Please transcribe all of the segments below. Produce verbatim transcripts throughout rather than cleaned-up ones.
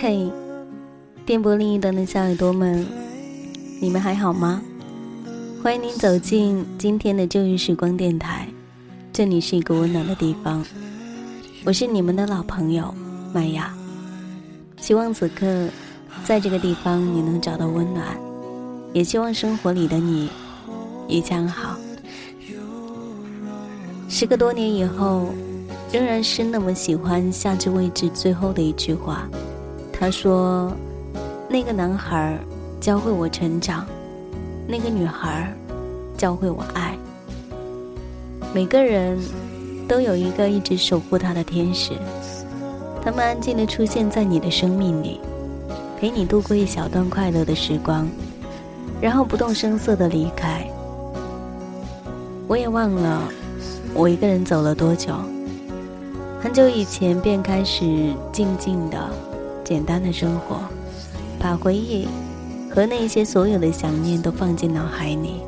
嘿，电波另一端的小耳朵们，你们还好吗？欢迎您走进今天的旧日时光电台，这里是一个温暖的地方，我是你们的老朋友麦雅。希望此刻在这个地方你能找到温暖，也希望生活里的你一切安好。时隔多年以后，仍然是那么喜欢夏至未至最后的一句话。他说，那个男孩教会我成长，那个女孩教会我爱。每个人都有一个一直守护他的天使，他们安静地出现在你的生命里，陪你度过一小段快乐的时光，然后不动声色地离开。我也忘了我一个人走了多久，很久以前便开始静静的简单的生活，把回忆和那些所有的想念都放进脑海里。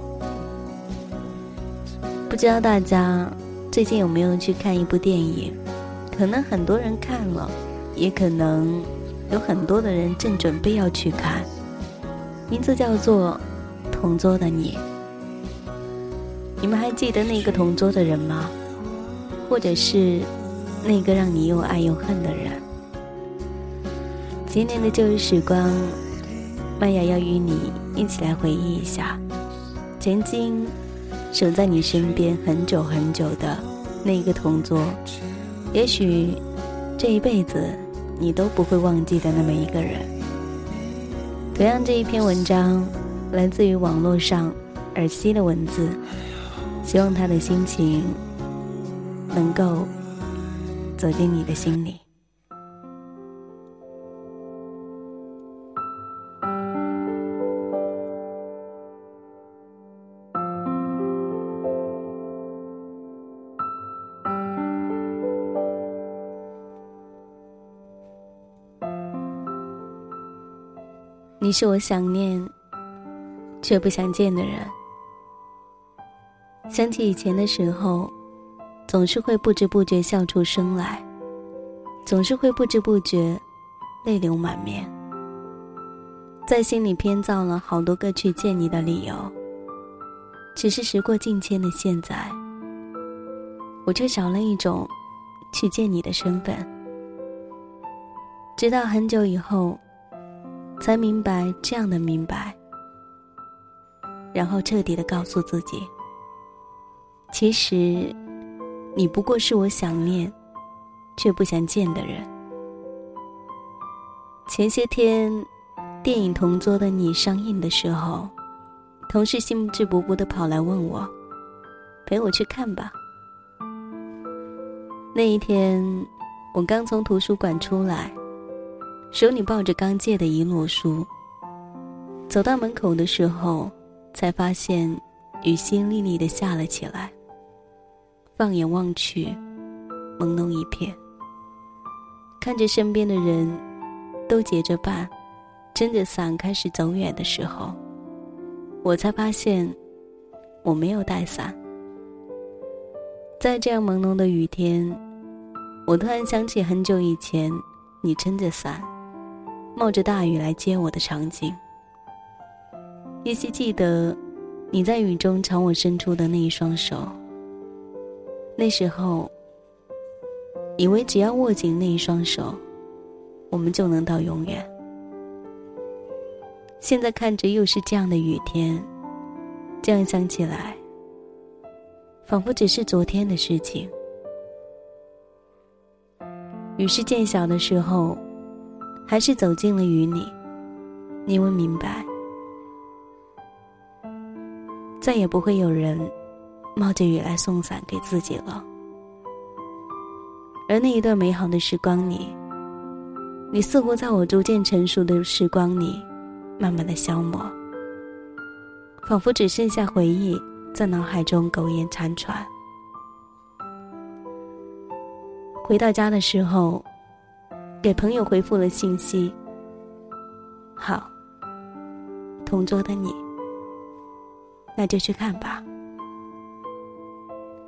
不知道大家最近有没有去看一部电影，可能很多人看了，也可能有很多的人正准备要去看，名字叫做《同桌的你》。你们还记得那个同桌的人吗？或者是那个让你又爱又恨的人？今年的旧日时光，麦雅要与你一起来回忆一下曾经守在你身边很久很久的那个同桌，也许这一辈子你都不会忘记的那么一个人。同样，这一篇文章来自于网络上耳西的文字，希望他的心情能够走进你的心里。你是我想念却不想见的人。想起以前的时候，总是会不知不觉笑出声来，总是会不知不觉泪流满面，在心里编造了好多个去见你的理由。只是时过境迁的现在，我却少了一种去见你的身份。直到很久以后才明白这样的明白，然后彻底地告诉自己，其实你不过是我想念却不想见的人。前些天电影《同桌的你》上映的时候，同事兴致勃勃地跑来问我，陪我去看吧。那一天我刚从图书馆出来，手里抱着刚借的一摞书，走到门口的时候才发现雨淅沥沥地下了起来，放眼望去朦胧一片。看着身边的人都结着伴撑着伞开始走远的时候，我才发现我没有带伞。在这样朦胧的雨天，我突然想起很久以前你撑着伞冒着大雨来接我的场景，依稀记得你在雨中朝我伸出的那一双手。那时候以为只要握紧那一双手，我们就能到永远。现在看着又是这样的雨天，这样想起来仿佛只是昨天的事情。雨势渐小的时候，还是走进了雨里，你会明白，再也不会有人冒着雨来送伞给自己了。而那一段美好的时光里，你似乎在我逐渐成熟的时光里慢慢的消磨，仿佛只剩下回忆在脑海中苟延残喘。回到家的时候，给朋友回复了信息，好，同桌的你，那就去看吧。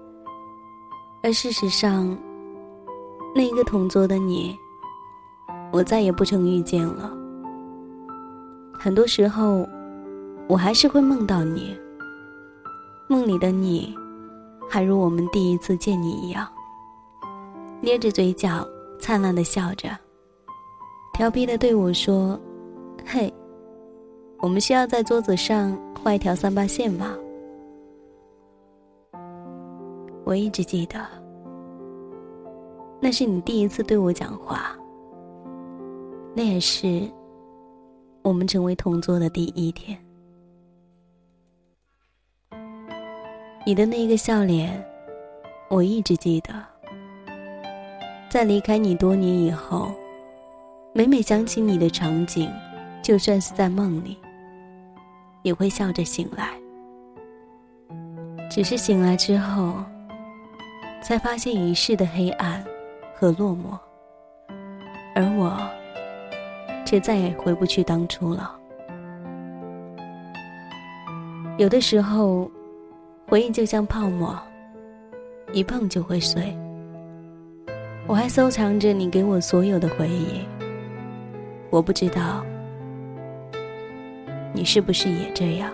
而事实上，那一个同桌的你我再也不曾遇见了。很多时候我还是会梦到你，梦里的你还如我们第一次见你一样，捏着嘴角灿烂地笑着，调皮地对我说，嘿，我们需要在桌子上画一条三八线吗？我一直记得，那是你第一次对我讲话，那也是我们成为同桌的第一天。你的那个笑脸我一直记得，在离开你多年以后，每每想起你的场景，就算是在梦里也会笑着醒来。只是醒来之后才发现一世的黑暗和落寞，而我却再也回不去当初了。有的时候回忆就像泡沫，一碰就会碎。我还收藏着你给我所有的回忆，我不知道你是不是也这样。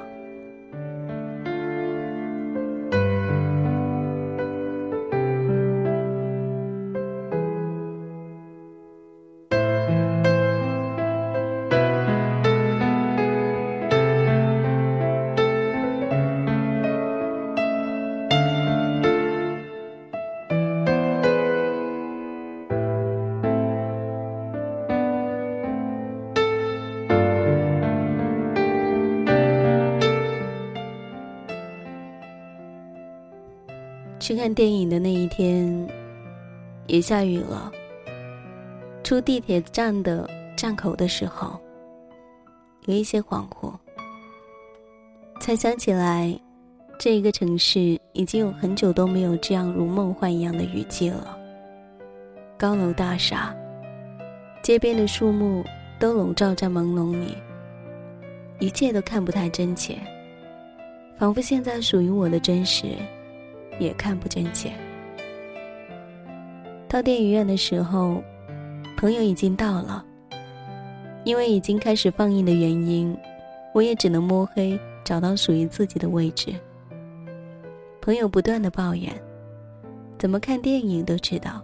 去看电影的那一天也下雨了，出地铁站的站口的时候有一些恍惚，才想起来这一个城市已经有很久都没有这样如梦幻一样的雨季了。高楼大厦，街边的树木都笼罩在朦胧里，一切都看不太真切，仿佛现在属于我的真实也看不真切。到电影院的时候，朋友已经到了，因为已经开始放映的原因，我也只能摸黑找到属于自己的位置。朋友不断地抱怨，怎么看电影都知道。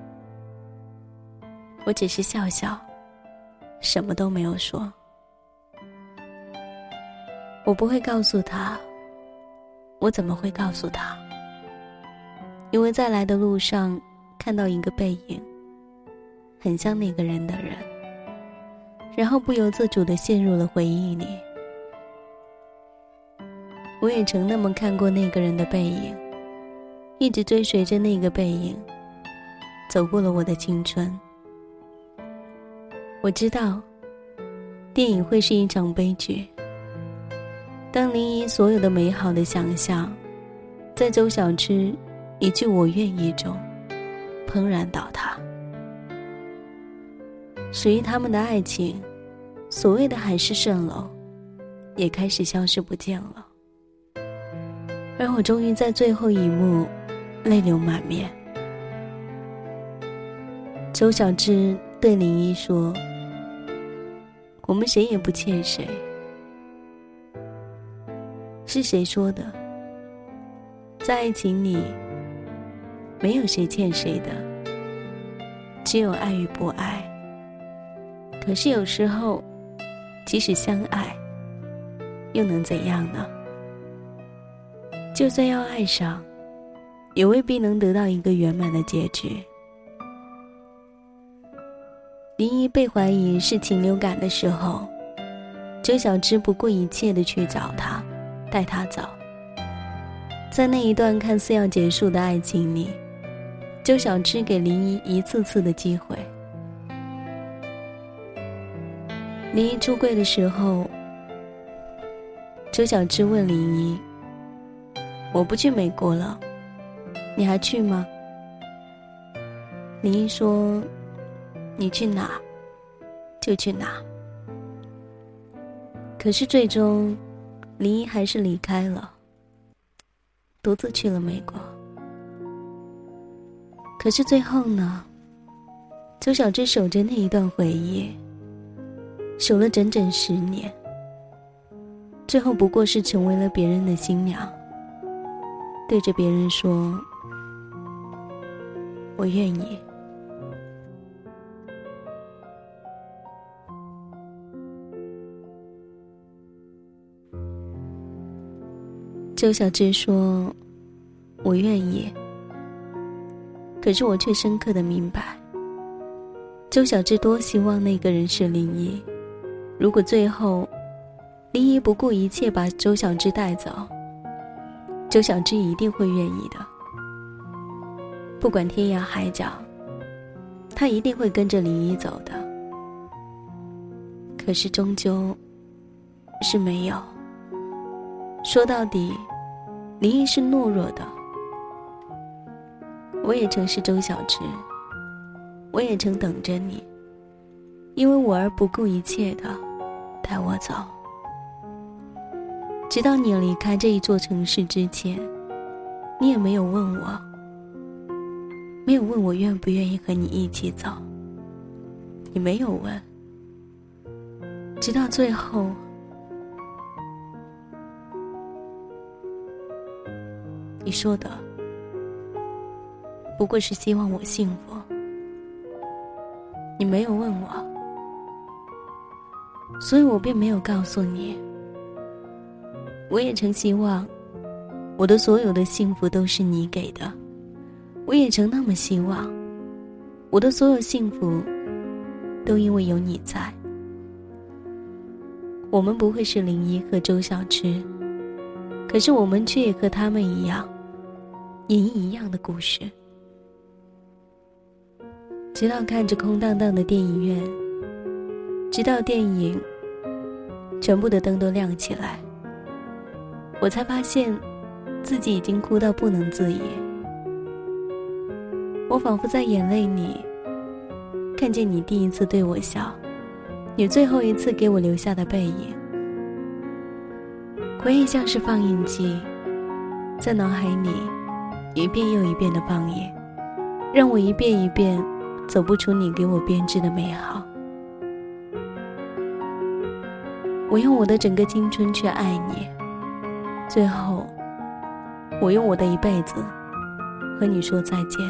我只是笑笑，什么都没有说。我不会告诉他，我怎么会告诉他？因为在来的路上看到一个背影，很像那个人的人，然后不由自主地陷入了回忆里。我也曾那么看过那个人的背影，一直追随着那个背影，走过了我的青春。我知道电影会是一场悲剧，当林一所有的美好的想象在周小栀一句我愿意中怦然倒塌。属于他们的爱情，所谓的海市蜃楼也开始消失不见了。而我终于在最后一幕泪流满面。周小栀对林一说，我们谁也不欠谁。是谁说的？在爱情里没有谁欠谁的，只有爱与不爱。可是有时候即使相爱又能怎样呢？就算要爱上，也未必能得到一个圆满的结局。林一被怀疑是禽流感的时候，周小栀不顾一切地去找他，带他走。在那一段看似要结束的爱情里，周小栀给林一一次次的机会。林一出柜的时候，周小栀问林一，我不去美国了，你还去吗？林一说，你去哪就去哪。可是最终林一还是离开了，独自去了美国。可是最后呢， 周小栀守着那一段回忆，守了整整十年，最后不过是成为了别人的新娘，对着别人说我愿意。周小栀说我愿意，可是我却深刻的明白，周小栀多希望那个人是林一，如果最后林一不顾一切把周小栀带走，周小栀一定会愿意的，不管天涯海角，他一定会跟着林一走的。可是终究是没有。说到底，林一是懦弱的。我也曾是周小栀，我也曾等着你，因为我而不顾一切的带我走，直到你离开这一座城市之前，你也没有问我，没有问我愿不愿意和你一起走，你没有问，直到最后，你说的不过是希望我幸福，你没有问我，所以我并没有告诉你。我也曾希望我的所有的幸福都是你给的，我也曾那么希望我的所有幸福都因为有你在。我们不会是林一和周小栀，可是我们却也和他们一样演绎一样的故事。直到看着空荡荡的电影院，直到电影全部的灯都亮起来，我才发现自己已经哭到不能自已。我仿佛在眼泪里看见你第一次对我笑，你最后一次给我留下的背影。回忆像是放映机，在脑海里一遍又一遍的放映，让我一遍一遍走不出你给我编织的美好。我用我的整个青春去爱你，最后我用我的一辈子和你说再见。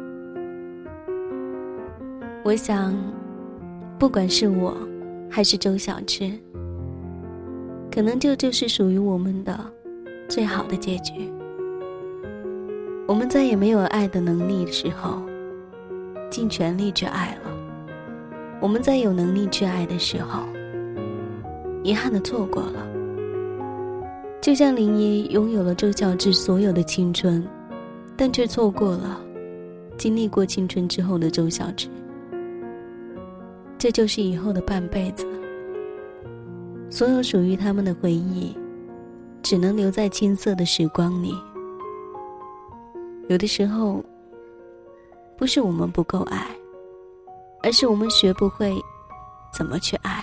我想不管是我还是周小栀，可能这就是属于我们的最好的结局。我们再也没有爱的能力的时候，尽全力去爱了。我们再有能力去爱的时候，遗憾的错过了。就像林一拥有了周小栀所有的青春，但却错过了经历过青春之后的周小栀。这就是以后的半辈子，所有属于他们的回忆只能留在青涩的时光里。有的时候不是我们不够爱，而是我们学不会怎么去爱。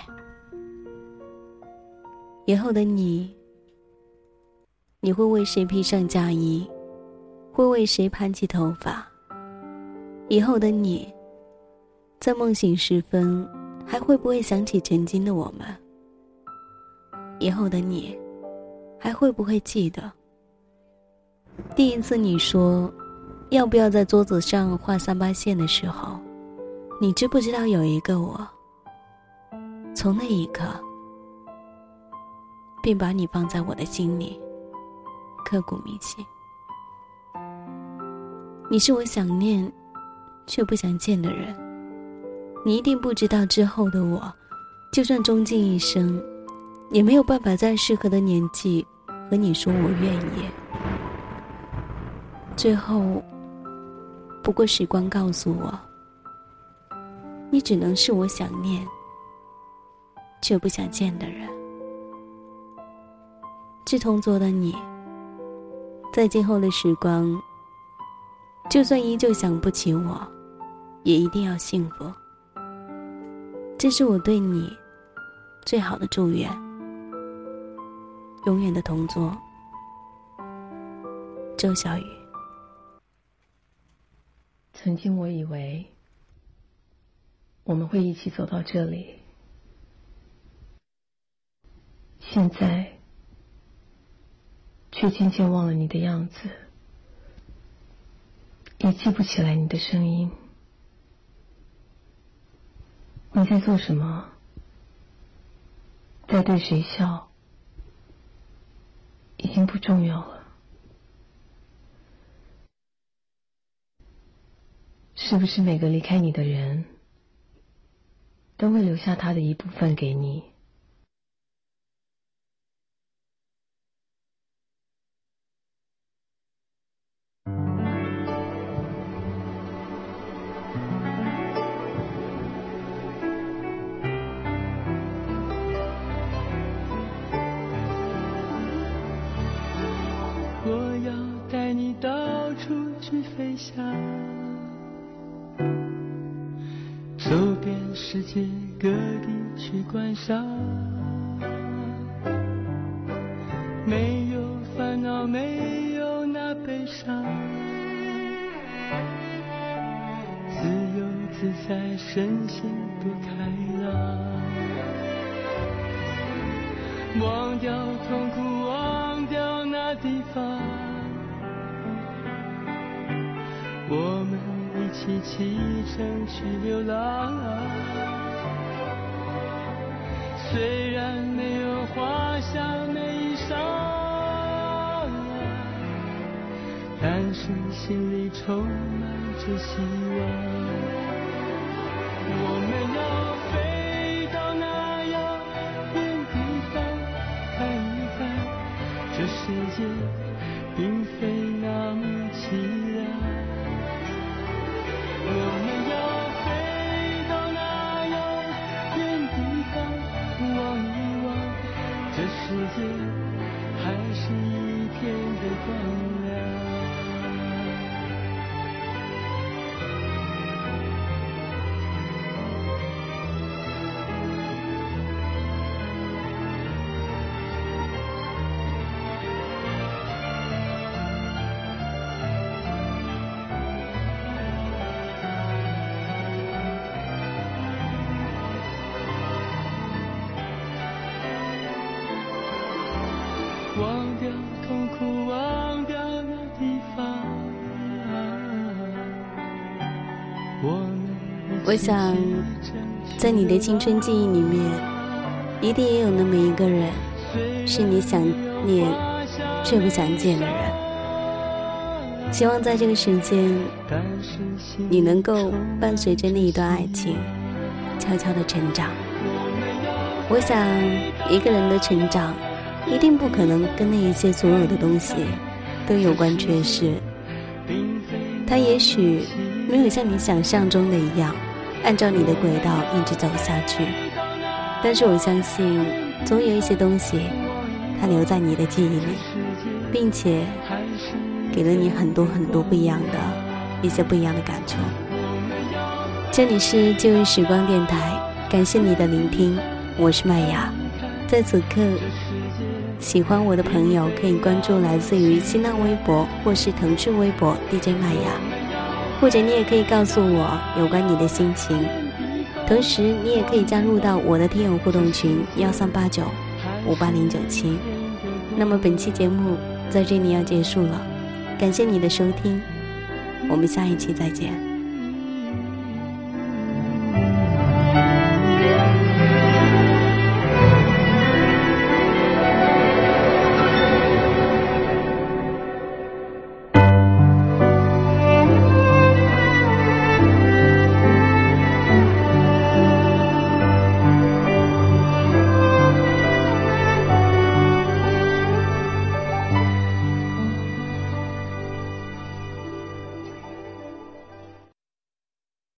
以后的你，你会为谁披上嫁衣，会为谁盘起头发？以后的你，在梦醒时分还会不会想起曾经的我们？以后的你还会不会记得第一次你说要不要在桌子上画三八线的时候，你知不知道有一个我从那一刻便把你放在我的心里刻骨铭心。你是我想念却不想见的人，你一定不知道之后的我，就算终尽一生，也没有办法在适合的年纪和你说我愿意。最后不过时光告诉我，你只能是我想念却不想见的人。志同桌的你，在今后的时光，就算依旧想不起我，也一定要幸福。这是我对你最好的祝愿。永远的同桌，周小雨。 曾经我以为我们会一起走到这里。现在却渐渐忘了你的样子，也记不起来你的声音。你在做什么？在对谁笑？已经不重要了。是不是每个离开你的人都会留下他的一部分给你？ 我要带你到处去飞翔，走遍世界各地去观赏，没有烦恼，没有那悲伤，自由自在，身心多开朗，忘掉痛苦，忘掉那地方，我们一起启程去流浪，虽然没有华厦美衣裳，但是心里充满着希望。我们要飞到那遥远地方，看一看这世界并非那么凄凉。我们要飞到那遥远地方，望一望这世界还是一片的光亮。忘掉痛苦，忘掉那地方。 我想在你的青春记忆里面，一定也有那么一个人，是你想念却不想见的人。希望在这个时间，你能够伴随着那一段爱情悄悄地成长。我想一个人的成长一定不可能跟那一些所有的东西都有关缺失，他也许没有像你想象中的一样按照你的轨道一直走下去，但是我相信总有一些东西它留在你的记忆里，并且给了你很多很多不一样的一些不一样的感触。这里是旧日时光电台，感谢你的聆听，我是麦雅。在此刻喜欢我的朋友可以关注来自于新浪微博或是腾讯微博 D J 麦雅，或者你也可以告诉我有关你的心情，同时你也可以加入到我的听友互动群幺三八九五八零九七。那么本期节目在这里要结束了，感谢你的收听，我们下一期再见。